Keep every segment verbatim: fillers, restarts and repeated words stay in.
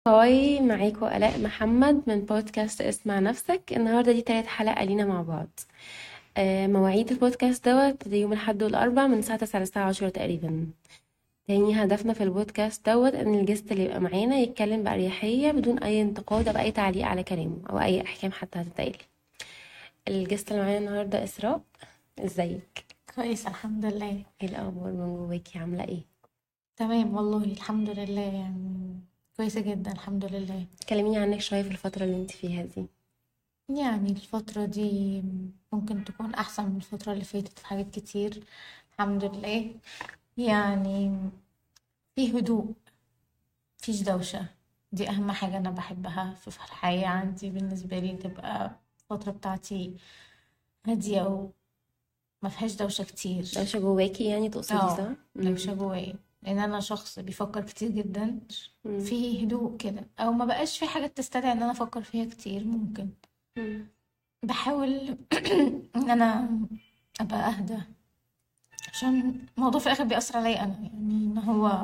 هاي، معاكم آلاء محمد من بودكاست اسمع نفسك. النهاردة دي تالت حلقة لينا مع بعض. آه، مواعيد البودكاست دوت يوم الأحد والأربع من الساعة تسعة للساعة عشرة تقريبا. تاني هدفنا في البودكاست دوت إن الجست اللي يبقى معانا يتكلم بأريحية بدون أي انتقاد أو أي تعليق على كلامه أو أي أحكام حتى هتتقال. الجست اللي معانا النهاردة إسراء. ازيك؟ كويس، الحمد لله. ايه الأخبار من جواكي؟ عاملة ايه؟ تمام والله، الحمد لله يعني. كويسة جدا الحمد لله. كلميني عنك شوية في الفترة اللي انت فيها دي. يعني الفترة دي ممكن تكون أحسن من الفترة اللي فاتت في حاجات كتير. الحمد لله. يعني في هدوء، مفيش دوشة. دي أهم حاجة أنا بحبها في في الحياة. عندي بالنسبة لي تبقى الفترة بتاعتي هادية وما فيهاش دوشة كتير. دوشة جواكي يعني تقصدي، صح؟ اه، مم. دوشة جوايا لأن أنا شخص بيفكر كتير جدا. مم. في هدوء كده، أو ما بقاش في حاجة تستدعي إن أنا أفكر فيها كتير. ممكن مم. بحاول إن أنا أبقى أهدى، عشان الموضوع في الآخر بيأثر عليا أنا. يعني إن هو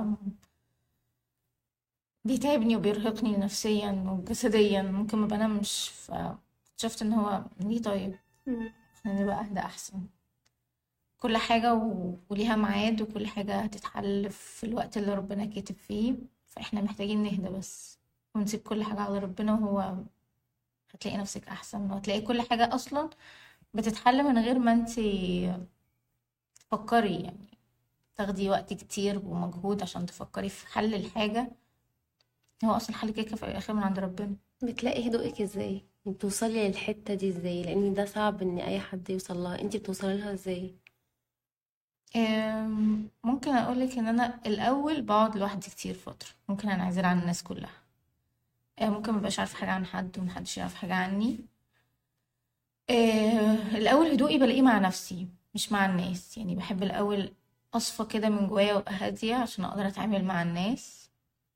بيتعبني وبيرهقني نفسيا وجسديا، ممكن ما بنامش. فاكتشفت إن هو ليه طيب مم. خليني بقى أهدى أحسن. كل حاجة و... وليها ميعاد، وكل حاجة هتتحل في الوقت اللي ربنا كاتب فيه. فاحنا محتاجين نهدى بس، ونسيب كل حاجة على ربنا، وهو هتلاقي نفسك أحسن، وهتلاقي كل حاجة أصلا بتتحل من غير ما انتي تفكري. يعني تاخدي وقت كتير ومجهود عشان تفكري في حل الحاجة. هو أصلا حل كده كده في الآخر من عند ربنا. بتلاقي هدوءك ازاي؟ بتوصلي للحتة دي ازاي؟ لان ده صعب ان اي حد يوصل لها. انتي بتوصلي لها ازاي؟ أم، ممكن أقولك إن أنا الأول بقعد لوحدي كتير فترة، ممكن أنعزل عن الناس كلها. أه، ممكن مبقاش عارفة حاجة عن حد ومحدش يعرف حاجة عني. أه، الأول هدوئي بلاقيه مع نفسي مش مع الناس. يعني بحب الأول أصفى كده من جوايا وأبقى هادية عشان أقدر أتعامل مع الناس.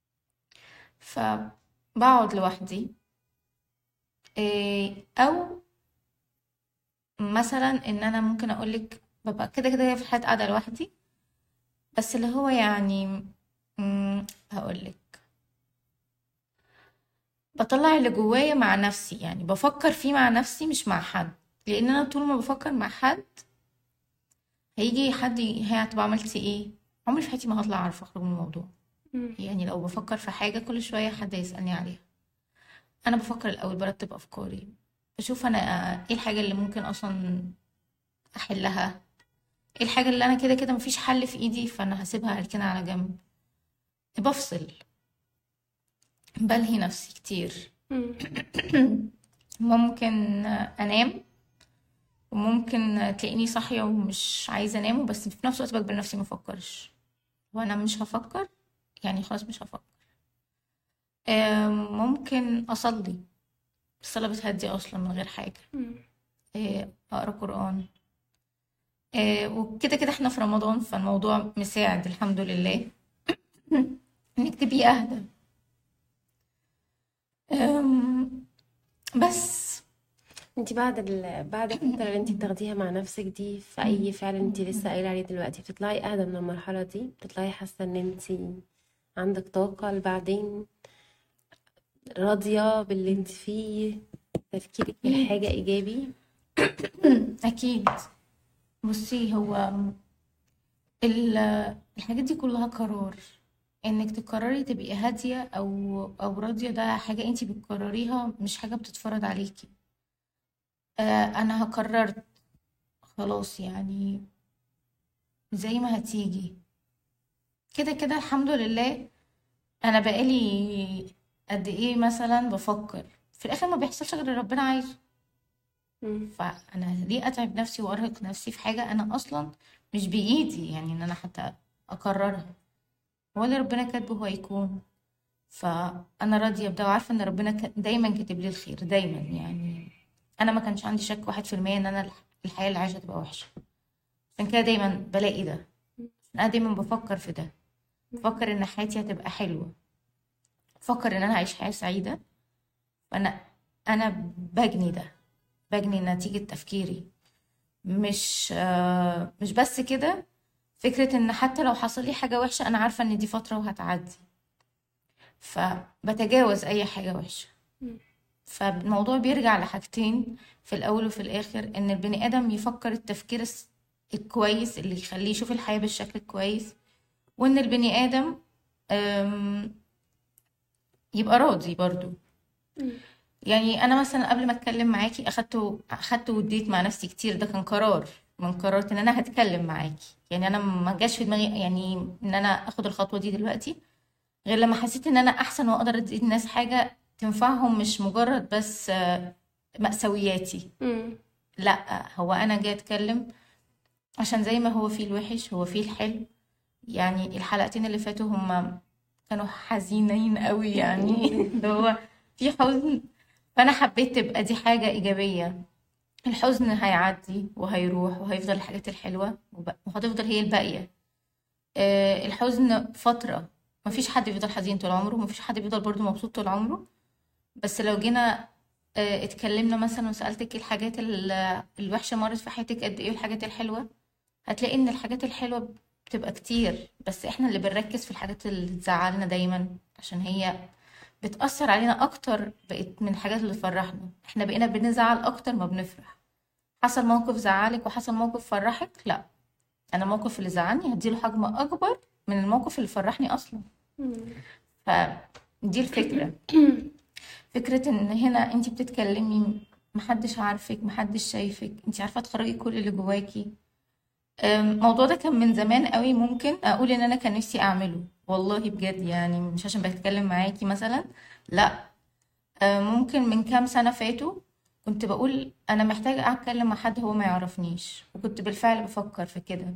فبقعد لوحدي. أه، أو مثلا إن أنا ممكن أقولك ببقى كده كده في الحياة قاعدة لوحدي، بس اللي هو يعني مم، هقولك بطلع اللي جوايا مع نفسي. يعني بفكر فيه مع نفسي مش مع حد، لان انا طول ما بفكر مع حد هيجي حد ي- هي هتبقى عملتي ايه. عمري في حياتي ما هطلع اعرف اخرج من الموضوع. مم. يعني لو بفكر في حاجة كل شوية حد يسألني عليها. انا بفكر الاول، برتب افكاري، بشوف انا ايه الحاجة اللي ممكن اصلا احلها، ايه الحاجة اللي انا كده كده مفيش حل في ايدي فانا هسيبها اركنها على جنب. بفصل، بلهي نفسي كتير. مم. ممكن انام، وممكن تلاقيني صاحية ومش عايزة انام، بس في نفس الوقت بجبر نفسي ما افكرش. وانا مش هفكر، يعني خلاص مش هفكر. آم، ممكن اصلي. الصلاة بتهدي اصلا من غير حاجة. مم. آه، اقرا قرآن. آه، وكده كده احنا في رمضان فالموضوع مساعد الحمد لله انك تبقي اهدى. آم، بس. انتي بعد ال... بعد الفترة اللي انتي بتاخديها مع نفسك دي في اي فعل انتي لسه قايلة عليه دلوقتي، بتطلعي اهدى من المرحلة دي؟ بتطلعي حاسة ان انتي عندك طاقة لبعدين؟ راضية باللي انتي فيه؟ تفكيرك في اكيد. الحاجة ايجابي؟ اكيد. بصي، هو ال- الحاجات دي كلها قرار. انك تقرري تبقي هادية او او راضية، ده حاجة انتي بتقرريها مش حاجة بتتفرض عليكي. آه، انا قررت خلاص، يعني زي ما هتيجي. كده كده الحمد لله. انا بقالي قد ايه مثلا بفكر في الاخر ما بيحصلش غير اللي ربنا عايزه. مم. فانا ليه اتعب نفسي وارهق نفسي في حاجة انا اصلا مش بايدي، يعني ان انا حتى اقررها. هو اللي ربنا كاتبه هو يكون. فانا راضيه بده، وعارفه ان ربنا ك- دايما كاتب لي الخير دايما. يعني انا ما كانش عندي شك واحد في المية ان انا الح- الحياه اللي عايشها تبقى وحشه. عشان كده دايما بلاقي ده. انا دايما بفكر في ده، بفكر ان حياتي هتبقى حلوه، بفكر ان انا هعيش حياه سعيده. وانا انا بجني ده، بجني نتيجه تفكيري. مش آه مش بس كده. فكره ان حتى لو حصل لي حاجه وحشه انا عارفه ان دي فتره وهتعدي. فبتجاوز اي حاجة وحشة. مم. فالموضوع بيرجع لحاجتين في الاول وفي الاخر، ان البني ادم يفكر التفكير الس- الكويس اللي يخليه يشوف الحياة بالشكل الكويس، وان البني ادم أم، يبقى راضي برضو. مم. يعني انا مثلا قبل ما اتكلم معاكي اخدت اخدت وديت مع نفسي كتير. ده كان قرار من قرارات ان انا هتكلم معاكي. يعني انا ما جاش في دماغي يعني ان انا اخد الخطوة دي دلوقتي، غير لما حسيت ان انا احسن واقدر ادي الناس حاجة تنفعهم، مش مجرد بس آه، مأساوياتي. مم. لا، هو انا جاي اتكلم عشان زي ما هو فيه الوحش هو فيه الحلو. يعني الحلقتين اللي فاتوا هما كانوا حزينين قوي، يعني اللي هو في حزن. فانا حبيت تبقى دي حاجة ايجابية. الحزن هيعدي وهيروح، وهيفضل الحاجات الحلوة وب- وهتفضل هي الباقية. آه، الحزن فترة. مفيش حد بيفضل حزين طول عمره، مفيش حد بيفضل برضو مبسوط طول عمره. بس لو جينا آه، اتكلمنا مثلا وسألتك ايه الحاجات ال- الوحشة مرت في حياتك قد ايه الحاجات الحلوة، هتلاقي ان الحاجات الحلوة بتبقى كتير. بس احنا اللي بنركز في الحاجات اللي تزعلنا دايما، عشان هي بتأثر علينا اكتر بقت من الحاجات اللي تفرحنا. احنا بقينا بنزعل اكتر ما بنفرح. حصل موقف زعلك وحصل موقف فرحك، لا، انا الموقف اللي زعلني هديله حجم اكبر من الموقف اللي فرحني اصلا. مم. فدي الفكرة. فكرة ان هنا انتي بتتكلمي، محدش عارفك، محدش شايفك، انتي عارفة تخرجي كل اللي جواكي. أم، الموضوع ده كان من زمان قوي. ممكن اقول ان انا كان نفسي اعمله والله بجد، يعني مش عشان بتكلم معاكي مثلا، لا. أم، ممكن من كام سنة فاتوا كنت بقول انا محتاجة اتكلم مع حد هو ما يعرفنيش، وكنت بالفعل بفكر في كده.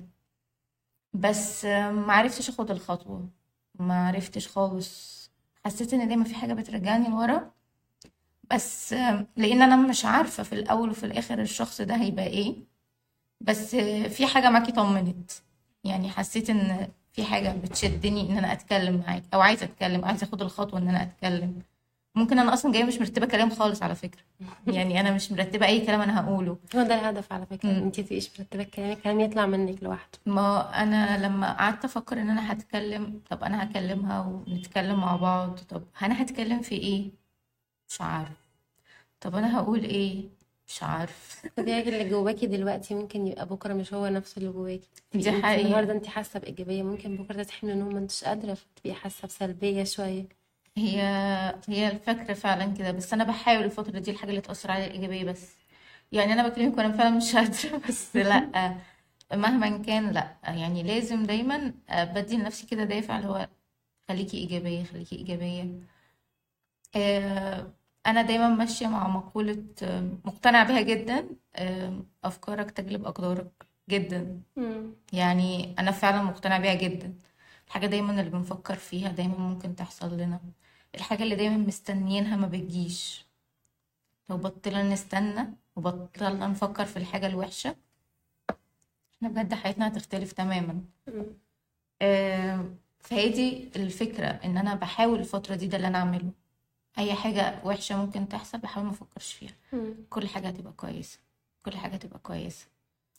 بس أم، ما عرفتش اخد الخطوة، ما عرفتش خالص. حسيت ان دايما في حاجة بترجعني لورا. بس آم، لان انا مش عارفة في الاول وفي الاخر الشخص ده هيبقى ايه. بس آه، في حاجة معاكي طمنت. يعني حسيت ان في حاجة بتشدني ان انا اتكلم معاك، او عايزة اتكلم، عايزة اخد الخطوة ان انا اتكلم. ممكن انا اصلا جاية مش مرتبة كلام خالص على فكرة. يعني انا مش مرتبة اي كلام انا هقوله. هو ده الهدف على فكرة، ان م. انتي تبقيش مرتبة الكلام، الكلام يطلع منك لوحده. ما انا لما قعدت افكر ان انا هتكلم، طب انا هكلمها ونتكلم مع بعض، طب انا هتكلم في ايه؟ مش عارف. طب انا هقول ايه؟ مش عارف. خدي بالك اللي جواكي دلوقتي ممكن يبقى بكرة مش هو نفسه اللي جواكي. دي تبقي انتي النهاردة حقيقة. انتي حاسة بإيجابية، ممكن بكرة تصحي من النوم ما انتش قادرة، فتبقي حاسة بسلبية شوية. هي هي الفكرة فعلا كده. بس أنا بحاول الفترة دي الحاجة اللي تأثر عليا الإيجابية بس. يعني أنا بكلمك وأنا فعلا مش قادرة بس لأ، مهما كان لأ، يعني لازم دايما بدي لنفسي كده دافع، اللي هو خليكي إيجابية، خليكي إيجابية. آه، أنا دايما ماشية مع مقولة آه، مقتنعة بيها جدا. آه، أفكارك تجلب أقدارك جدا. مم. يعني أنا فعلا مقتنعة بيها جدا. الحاجة دايما اللي بنفكر فيها دايما ممكن تحصل لنا. الحاجة اللي دايما مستنيينها ما بتجيش. لو بطلنا نستنى وبطلنا نفكر في الحاجة الوحشة، احنا بجد حياتنا هتختلف تماما. مم. آه، فهي دي الفكرة، ان انا بحاول الفترة دي ده اللي انا اعمله. اي حاجة وحشة ممكن تحصل بحاول ما افكرش فيها. مم. كل حاجة هتبقى كويسة. كل حاجة هتبقى كويسة.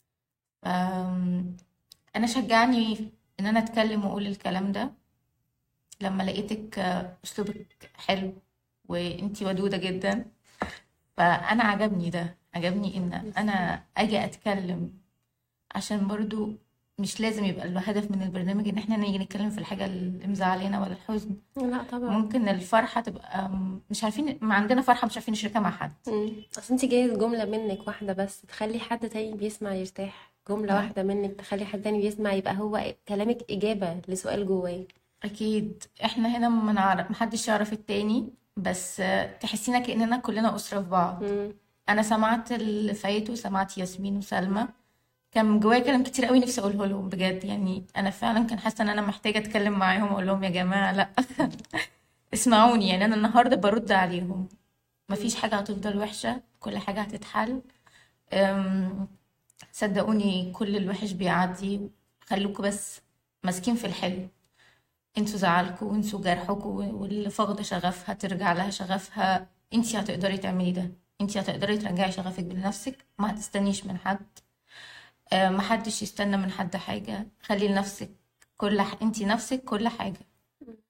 آم، انا شجعني ان انا اتكلم واقول الكلام ده لما لقيتك آه، اسلوبك حلو وانتي ودودة جدا. فانا عجبني ده، عجبني ان ميرسي. انا اجي اتكلم. عشان برضو مش لازم يبقى الهدف من البرنامج ان احنا نيجي نتكلم في الحاجة اللي مزعلانا ولا الحزن. لا طبعا. ممكن الفرحة تبقى م- مش عارفين، ما عندنا فرحة مش عارفين نشاركها مع حد. مم. اصل انتي جايز جملة منك واحدة بس تخلي حد تاني بيسمع يرتاح، جملة اه، واحدة منك تخلي حد تاني بيسمع يبقى هو كلامك إجابة لسؤال جواه. اكيد. احنا هنا ما نعرف، محدش يعرف التاني، بس آه، تحسينا كأننا كلنا أسرة في بعض. مم. انا سمعت اللي فايت وسمعت ياسمين وسلمى. كان جوايا كلام كتير قوي نفسي اقوله لهم بجد. يعني انا فعلا كان حاسه ان انا محتاجه اتكلم معاهم واقول لهم يا جماعه لا اسمعوني. يعني انا النهارده برد عليهم. مم. مفيش حاجه هتفضل وحشه، كل حاجه هتتحل. أم، صدقوني كل الوحش بيعدي. خلوكوا بس ماسكين في الحلو. انسوا زعلكوا وانسوا جرحكوا، واللي فاقده شغفها ترجع لها شغفها. انتي هتقدري تعملي ده. انتي هتقدري ترجعي شغفك بنفسك، ما هتستنيش من حد. آه، محدش يستنى من حد حاجة. خلي لنفسك كل ح... انتي نفسك كل حاجة.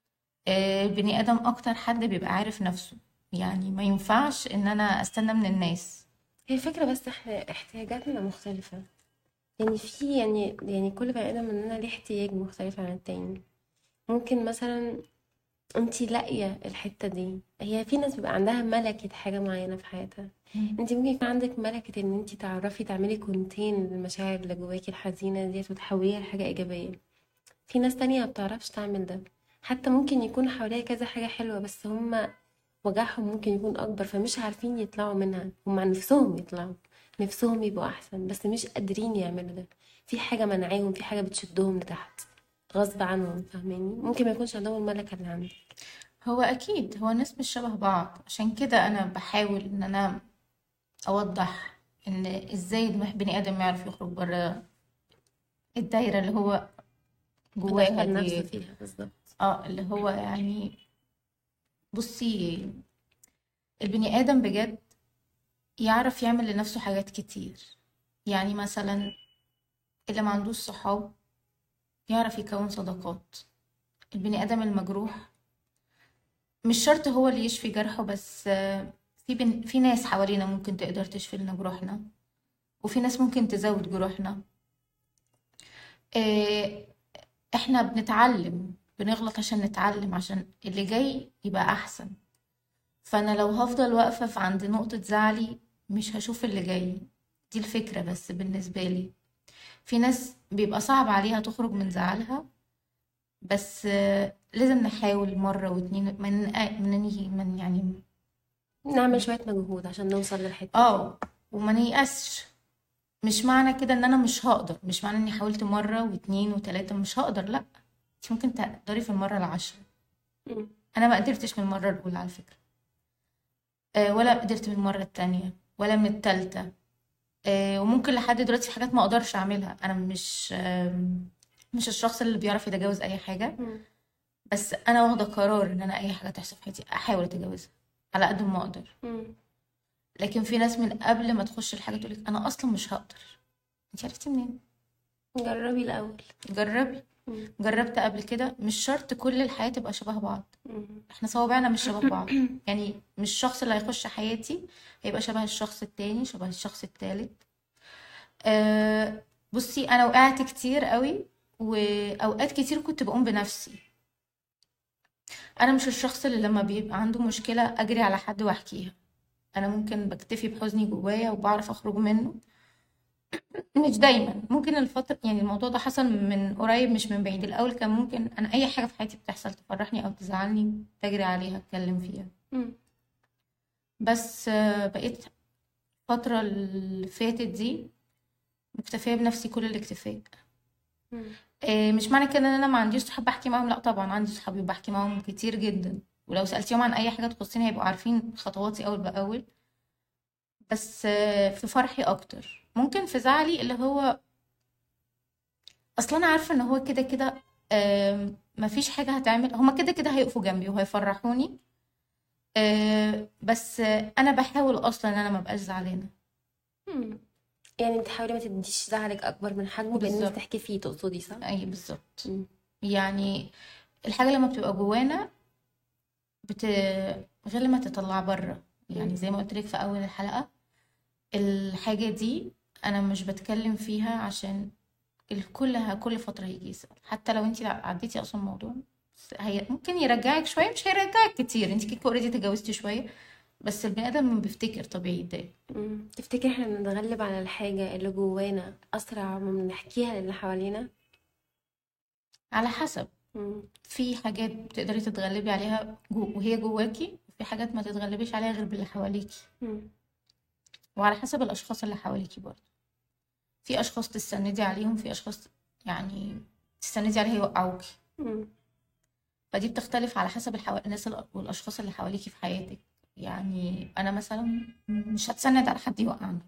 آه، البني ادم اكتر حد بيبقى عارف نفسه، يعني ما ينفعش ان انا استنى من الناس. هي الفكرة بس احنا احتياجاتنا مختلفة. يعني في يعني يعني كل بني آدم مننا ليه احتياج مختلف عن التاني. ممكن مثلا انتي لاقية الحتة دي، هي في ناس بيبقى عندها ملكة حاجة معينة في حياتها. مم. انتي ممكن يكون عندك ملكة ان انتي تعرفي تعملي كونتين للمشاعر اللي جواكي الحزينة ديت وتحوليها لحاجة إيجابية. في ناس تانية ما بتعرفش تعمل ده. حتى ممكن يكون حواليها كذا حاجة حلوة بس هما وجعهم ممكن يكون أكبر فمش عارفين يطلعوا منها. هما عن نفسهم يطلعوا، نفسهم يبقوا أحسن بس مش قادرين يعملوا ده. في حاجة منعاهم، في حاجة بتشدهم لتحت غصب عنهم. فاهماني؟ ممكن ما يكونش عندهم الملكة اللي عندك. هو اكيد هو الناس مش شبه بعض، عشان كده انا بحاول ان انا اوضح ان ازاي البني ادم يعرف يخرج بره الدايره اللي هو جواها مدخل نفسه دي. فيها بالظبط. اه اللي هو يعني، بصي، البني ادم بجد يعرف يعمل لنفسه حاجات كتير. يعني مثلا اللي ما عندوش صحاب يعرف يكون صداقات. البني ادم المجروح مش شرط هو اللي يشفي جرحه، بس آه، في بن... في ناس حوالينا ممكن تقدر تشفي لنا جروحنا، وفي ناس ممكن تزود جروحنا. آه، احنا بنتعلم، بنغلط عشان نتعلم، عشان اللي جاي يبقى احسن. فانا لو هفضل واقفة في عند نقطة زعلي مش هشوف اللي جاي. دي الفكرة بس بالنسبة لي. في ناس بيبقى صعب عليها تخرج من زعلها، بس آه، لازم نحاول مرة واتنين، من من من يعني نعمل شوية مجهود عشان نوصل للحتة دي. اه وما نيأسش. مش معنى كده ان انا مش هقدر، مش معنى اني حاولت مرة واتنين وتلاتة مش هقدر، لا، انت ممكن تقدري في المرة العاشرة. مم. انا ما قدرتش من المرة الاولى على فكرة، آه، ولا قدرت من المرة التانية ولا من التالتة. آه، وممكن لحد دلوقتي في حاجات ما اقدرش اعملها. انا مش آم، مش الشخص اللي بيعرف يتجاوز اي حاجة، مم. بس انا واخدة قرار ان انا اي حاجة تحصل في حياتي احاول اتجاوزها على قد ما اقدر. مم. لكن في ناس من قبل ما تخش الحاجة تقولك انا اصلا مش هقدر. انت عرفتي منين؟ جربي الأول. جربي. مم. جربت قبل كده. مش شرط كل الحياة تبقى شبه بعض. مم. احنا صوابعنا مش شبه بعض. يعني مش الشخص اللي هيخش حياتي هيبقى شبه الشخص التاني شبه الشخص التالت. أه بصي، انا وقعت كتير قوي، واوقات كتير كنت بقوم بنفسي. انا مش الشخص اللي لما بيبقى عنده مشكلة اجري على حد واحكيها. انا ممكن بكتفي بحزني جوايا وبعرف اخرج منه. مش دايما، ممكن الفترة يعني الموضوع ده حصل من قريب مش من بعيد. الأول كان ممكن أنا أي حاجة في حياتي بتحصل تفرحني أو تزعلني تجري عليها أتكلم فيها. مم. بس آه، بقيت الفترة اللي فاتت دي مكتفية بنفسي كل الاكتفاء. مم. آه، مش معنى كده ان انا ما عنديش صحاب بحكي معاهم، لا طبعا عندي صحابي وبحكي معاهم كتير جدا، ولو سألتيهم عن اي حاجة تخصني هيبقوا عارفين خطواتي اول باول. بس آه، في فرحي اكتر، ممكن في زعلي اللي هو اصلا انا عارفة ان هو كده كده آم، مفيش حاجة هتعمل، هما كده كده هيقفوا جنبي وهيفرحوني. آه، بس آه، انا بحاول اصلا ان انا ما بقاش زعلانة. مم. يعني انت حاولي ما تديش زعلك اكبر من حجمه بان انت بالظبط. تحكي فيه، تقصدي صح؟ اي بالظبط. مم. يعني الحاجة لما بتبقى جوانا بت... غير لما تطلع بره. يعني مم. زي ما قلت لك في اول الحلقة، الحاجة دي انا مش بتكلم فيها عشان الكل كل فترة هيجي يسأل. حتى لو انت عديتي اصلا الموضوع، بس هي ممكن يرجعك شوية، مش هيرجعك كتير، انت كده اوريدي تجاوزتي شوية. بس البني ادم بيفتكر طبيعي ده. مم. تفتكري احنا بنتغلب على الحاجة اللي جوانا اسرع ما بنحكيها للي حوالينا؟ على حسب. مم. في حاجات بتقدري تتغلبي عليها جو وهي جواكي، وفي حاجات ما تتغلبيش عليها غير باللي حواليكي. مم. وعلى حسب الاشخاص اللي حواليكي برضه. في اشخاص تستندي عليهم، في اشخاص يعني تستندي عليها يوقعوكي. مم. فدي بتختلف على حسب الحو... الناس ال- والاشخاص اللي حواليكي في حياتك. يعني انا مثلا مش هتسند على حد يوقعني.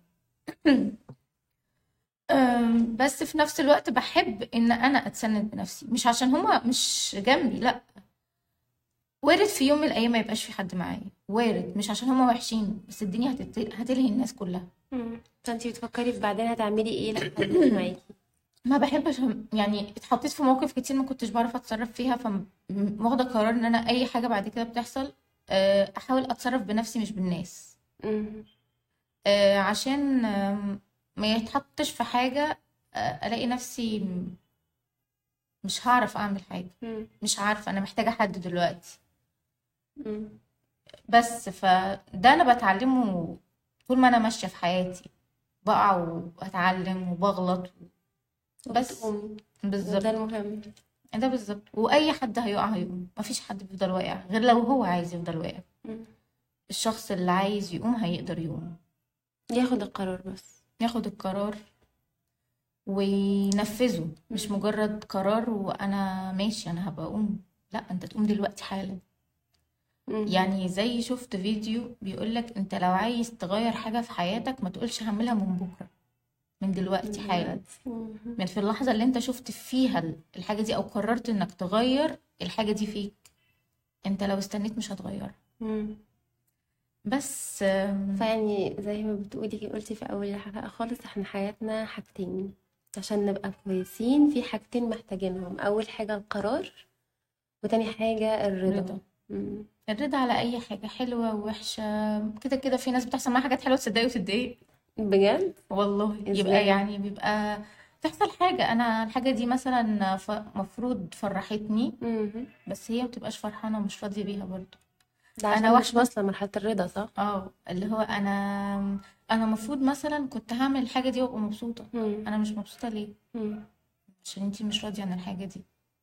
أم، بس في نفس الوقت بحب ان انا اتسند بنفسي، مش عشان هما مش جنبي، لا. وارد في يوم من الايام ما يبقاش في حد معايا، وارد، مش عشان هما وحشين، بس الدنيا هتت... هتلهي الناس كلها. مم. فانت بتفكري في بعدين هتعملي ايه لما حد يجي معاكي؟ ما بحبش، يعني اتحطيت في مواقف كتير ما كنتش بعرف اتصرف فيها، فواخده قرار ان انا اي حاجه بعد كده بتحصل آه، احاول اتصرف بنفسي مش بالناس. مم. آه، عشان آم، ما يتحطش في حاجه آه، الاقي نفسي م- مش هعرف اعمل حاجه، مم. مش عارفه انا محتاجه حد دلوقتي. مم. بس فده انا بتعلمه طول ما انا ماشيه في حياتي، بقع واتعلم وبغلط. بس وبتقومي، وده بالظبط. المهم. ده بالظبط، واي حد هيقع هيقوم، مفيش حد بيفضل واقع غير لو هو عايز يفضل واقع. مم. الشخص اللي عايز يقوم هيقدر يقوم، ياخد القرار بس. ياخد القرار وينفذه، مش مم. مجرد قرار وانا ماشي انا هبقى اقوم. لا، انت تقوم دلوقتي حالا. مم. يعني زي شفت فيديو بيقولك انت لو عايز تغير حاجة في حياتك ما تقولش هعملها من بكرة، من دلوقتي من حالا. دلوقتي. مم. من في اللحظة اللي انت شفت فيها الحاجة دي او قررت انك تغير الحاجة دي فيك، انت لو استنيت مش هتغيرها. مم. بس آم، فيعني زي ما بتقولي قلتي في أول الحلقة خالص، احنا حياتنا حاجتين عشان نبقى كويسين. في حاجتين محتاجينهم، أول حاجة القرار، وتاني حاجة الرضا. رضا. مم. الرضا على اي حاجة حلوة ووحشة. كده كده في ناس بتحصل معاها حاجات حلوة تصدقي وتتضايق. بجد؟ والله يبقى ازاي؟ يعني بيبقى تحصل حاجة، انا الحاجة دي مثلا ف- مفروض فرحتني، مم. بس هي متبقاش فرحانة ومش راضية بيها برضو. ده انا عشان مش واحدة، واصلة مرحلة الرضا، صح؟ اه اللي هو انا انا مفروض مثلا كنت هعمل الحاجة دي وابقى مبسوطة. مم. انا مش مبسوطة ليه؟ مم. عشان انتي مش راضية عن الحاجة دي.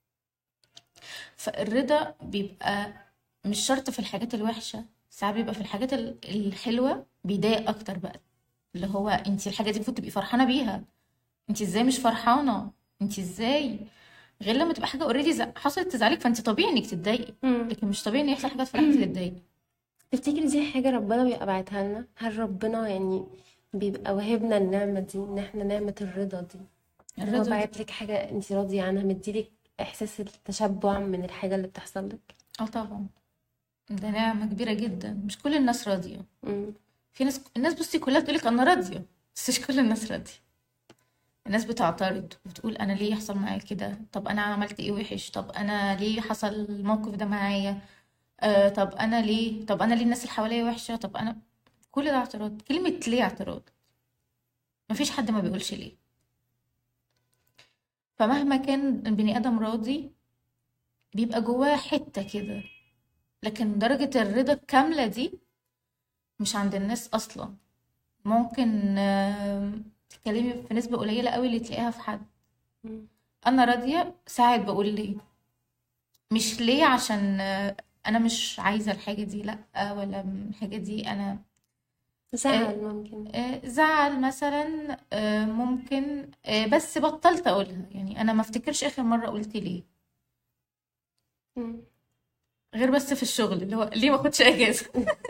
فالرضا بيبقى مش شرط في الحاجات الوحشة، ساعات بيبقى في الحاجات ال- الحلوة بيضايق أكتر بقى. اللي هو انتي الحاجة دي المفروض تبقي فرحانة بيها، انتي ازاي مش فرحانة؟ انتي ازاي؟ غير لما تبقى حاجة اوريدي حصلت تزعلك، فانتي طبيعي انك تتضايقي، مم. لكن مش طبيعي ان يحصل حاجة تفرحك تتضايقي. تفتكري دي حاجة ربنا بيبقى باعتها لنا؟ هل ربنا يعني بيبقى واهبنا النعمة دي، ان احنا نعمة الرضا دي، ان هو الرضا دي، باعت لك حاجة انت راضية عنها، مديلك احساس التشبع من الحاجة اللي بتحصل لك؟ اه طبعا، ده نعمة كبيرة جدا. مش كل الناس راضية. مم. في ناس، الناس بصي كلها بتقولك انا راضية، بس مش كل الناس راضية. الناس بتعترض وبتقول انا ليه يحصل معايا كده؟ طب انا عملت ايه وحش؟ طب انا ليه حصل الموقف ده معايا؟ آه طب انا ليه طب انا ليه الناس اللي حواليا وحشة؟ طب انا، كل ده اعتراض. كلمة ليه اعتراض، مفيش حد ما بيقولش ليه. فمهما كان البني ادم راضي بيبقى جواه حتة كده، لكن درجة الرضا الكاملة دي مش عند الناس اصلا. ممكن آم، تتكلمي في نسبة قليلة قوي اللي تلاقيها في حد. مم. انا راضية ساعات بقول ليه، مش ليه عشان آه، انا مش عايزة الحاجة دي، لا، ولا الحاجة دي انا آه، زعل ممكن. آه، زعل مثلا، آه، ممكن، آه، بس بطلت اقولها. يعني انا ما افتكرش اخر مرة قلت ليه، مم. غير بس في الشغل اللي هو ليه ما اخدش اجازة.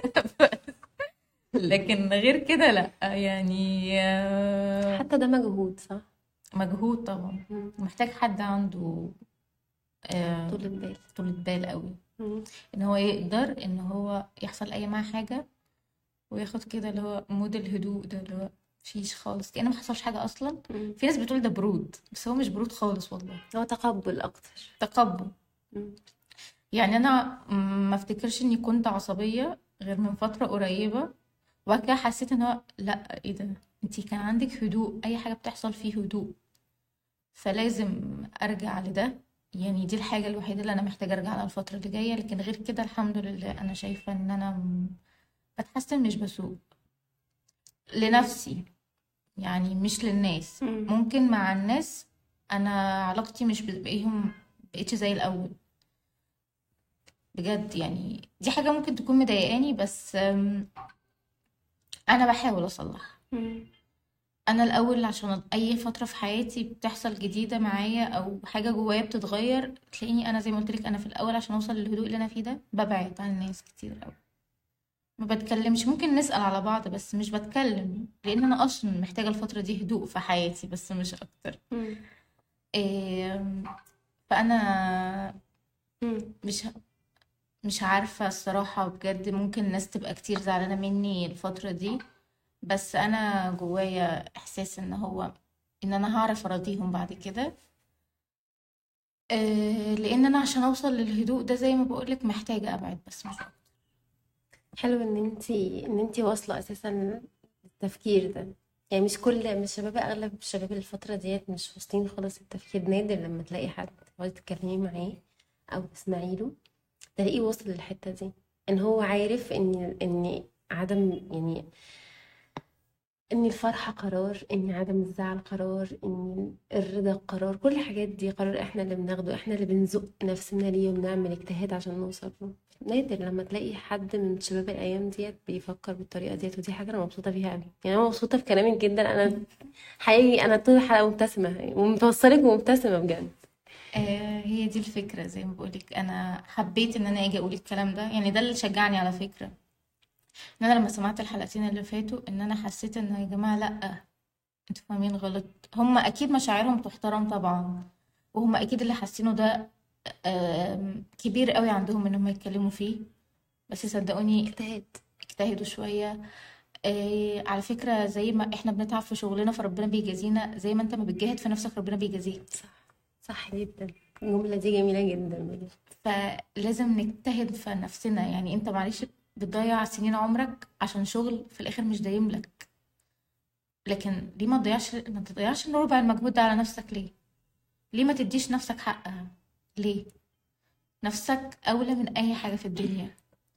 لكن غير كده لا، يعني آه، حتى ده مجهود، صح؟ مجهود طبعا. مم. محتاج حد عنده آه، طول البال. طولة بال قوي، مم. ان هو يقدر ان هو يحصل اي معاه حاجة وياخد كده اللي هو مود الهدوء ده، اللي هو مفيش خالص كأنه ما حصلش حاجة اصلا. مم. في ناس بتقول ده برود، بس هو مش برود خالص والله. هو تقبل اكتر. تقبل. مم. يعني انا م- ما افتكرش اني كنت عصبية غير من فترة قريبة، وبعد كده حسيت ان هو لا، ايه ده، انتي كان عندك هدوء، اي حاجة بتحصل فيه هدوء، فلازم ارجع لده. يعني دي الحاجة الوحيدة اللي انا محتاجة ارجع لها الفترة اللي جاية. لكن غير كده الحمد لله انا شايفة ان انا م- بتحسن، مش بسوء لنفسي، يعني مش للناس. مم. ممكن مع الناس انا علاقتي مش بيهم بقيتش زي الاول بجد. يعني دي حاجة ممكن تكون مضايقاني، بس أم، انا بحاول اصلحها. مم. انا الاول عشان اي فتره في حياتي بتحصل جديده معايا او حاجه جوايا بتتغير، تلاقيني انا زي ما قلت لك، انا في الاول عشان اوصل للهدوء اللي انا فيه ده ببعد عن الناس كتير قوي، ما بتكلمش. ممكن نسأل على بعض بس مش بتكلم، لان انا اصلا محتاجه الفتره دي هدوء في حياتي بس مش اكتر. مم. إيه، فانا مم. مش مش عارفه الصراحه بجد. ممكن ناس تبقى كتير زعلانه مني الفتره دي، بس انا جوايا احساس ان هو ان انا هعرف ارضيهم بعد كده. آه، لان انا عشان اوصل للهدوء ده زي ما بقولك محتاجة ابعد، بس مش أكتر. حلو ان انتي ان انتي واصله اساسا التفكير ده. يعني مش كل مش شباب، اغلب الشباب الفتره ديت مش واصلين خالص التفكير. نادر لما تلاقي حد تقعدي تتكلمي معاه او تسمعي له تلاقيه وصل للحته دي، ان هو عارف ان ان عدم يعني ان الفرحه قرار، ان عدم الزعل قرار، ان الرضا قرار. كل الحاجات دي قرار احنا اللي بناخده، احنا اللي بنزق نفسنا ليه وبنعمل اجتهاد عشان نوصل له. نادر لما تلاقي حد من شباب الايام ديت بيفكر بالطريقه ديت، ودي حاجه انا مبسوطه بيها قوي. يعني انا مبسوطه بكلامك جدا. انا حقيقي انا طول الحلقه مبتسمه ومتوصلك ومبتسمه بجد. آه، هي دي الفكرة، زي ما بقولك انا حبيت ان انا اجي اقول الكلام ده، يعني ده اللي شجعني على فكرة. ان انا لما سمعت الحلقتين اللي فاتوا ان انا حسيت ان يا جماعة لا، انتوا فاهمين غلط. هم اكيد مشاعرهم تحترم طبعا، وهم اكيد اللي حاسينه ده آم، كبير قوي عندهم ان هم يتكلموا فيه، بس صدقوني اجتهاد. اجتهدوا شوية. آه، على فكرة زي ما احنا بنتعب في شغلنا فربنا بيجازينا، زي ما انت ما بتجاهد في نفسك ربنا بيجازيك. صح، صح جدا. الجمله دي جميله جدا بجد. فلازم نجتهد في نفسنا. يعني انت معلش بتضيع سنين عمرك عشان شغل في الاخر مش دايم لك، لكن ليه ما تضيعش ما تضيعش ربع المجهود ده على نفسك؟ ليه ليه ما تديش نفسك حقها؟ ليه؟ نفسك اولى من اي حاجة في الدنيا.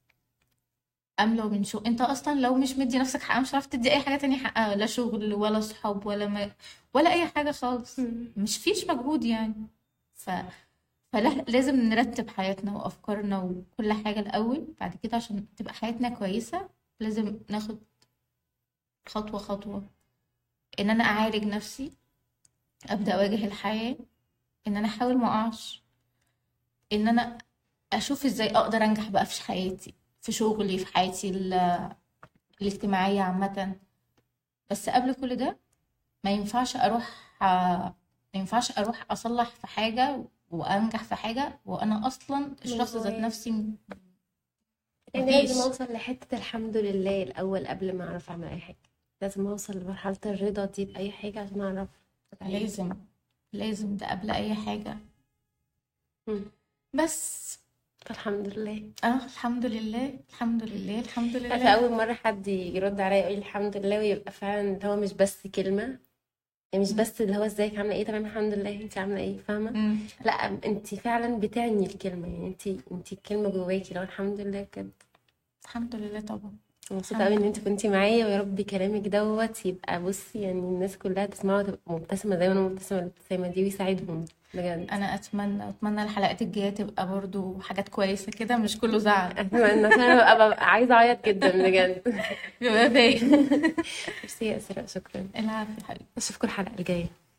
أملى من شغل، انت اصلا لو مش مدي نفسك حقها مش هتعرف تدي اي حاجة تانية حقها، لا شغل ولا صحاب ولا ما ولا اي حاجة خالص. مم. مش فيش مجهود يعني. ف فلازم نرتب حياتنا وافكارنا وكل حاجة الاول، بعد كده عشان تبقى حياتنا كويسة لازم ناخد خطوة خطوة. ان انا اعالج نفسي، ابدا اواجه الحياة، ان انا احاول ما اقعش، ان انا اشوف ازاي اقدر انجح بقى في حياتي، في شغلي، في حياتي ال- الاجتماعية عامة. بس قبل كل ده ما ينفعش اروح ما ينفعش اروح اصلح في حاجة وانجح في حاجة وانا اصلا من الشخص ذات جوايا نفسي م- يعني لازم مفيش. اوصل لحته الحمد لله الاول قبل ما اعرف اعمل اي حاجه. لازم اوصل لمرحله الرضا دي باي حاجه عشان اعرف اتعامل. لازم لازم ده قبل اي حاجة. مم. بس فالحمد لله. اه الحمد لله الحمد لله الحمد عارفة لله. أول مرة حد يرد عليا يقول لي الحمد لله، ويبقى فعلا اللي هو مش بس كلمة، يعني مش بس اللي هو ازيك عاملة ايه، تمام الحمد لله، انت عاملة ايه، فاهمة؟ مم. لا، انت فعلا بتعني الكلمة. يعني انت انت الكلمة جواكي لو الحمد لله بجد. الحمد لله طبعا. مبسوطة قوي الحمد ان انت لله. كنتي معايا، ويا رب كلامك دوت يبقى بصي يعني الناس كلها تسمعه وتبقى مبتسمة زي ما انا مبتسمة الابتسامة دي، ويساعدهم بجد. انا اتمنى اتمنى الحلقات الجايه تبقى برضو حاجات كويسه كده، مش كله زعل. اتمنى، عشان انا ببقى ببقى عايزة اعيط جدا بجد. بيبقى باين. ميرسي يا اسراء، شكرا. العافيه يا حبيبي. اشوفكم الحلقة الجاية.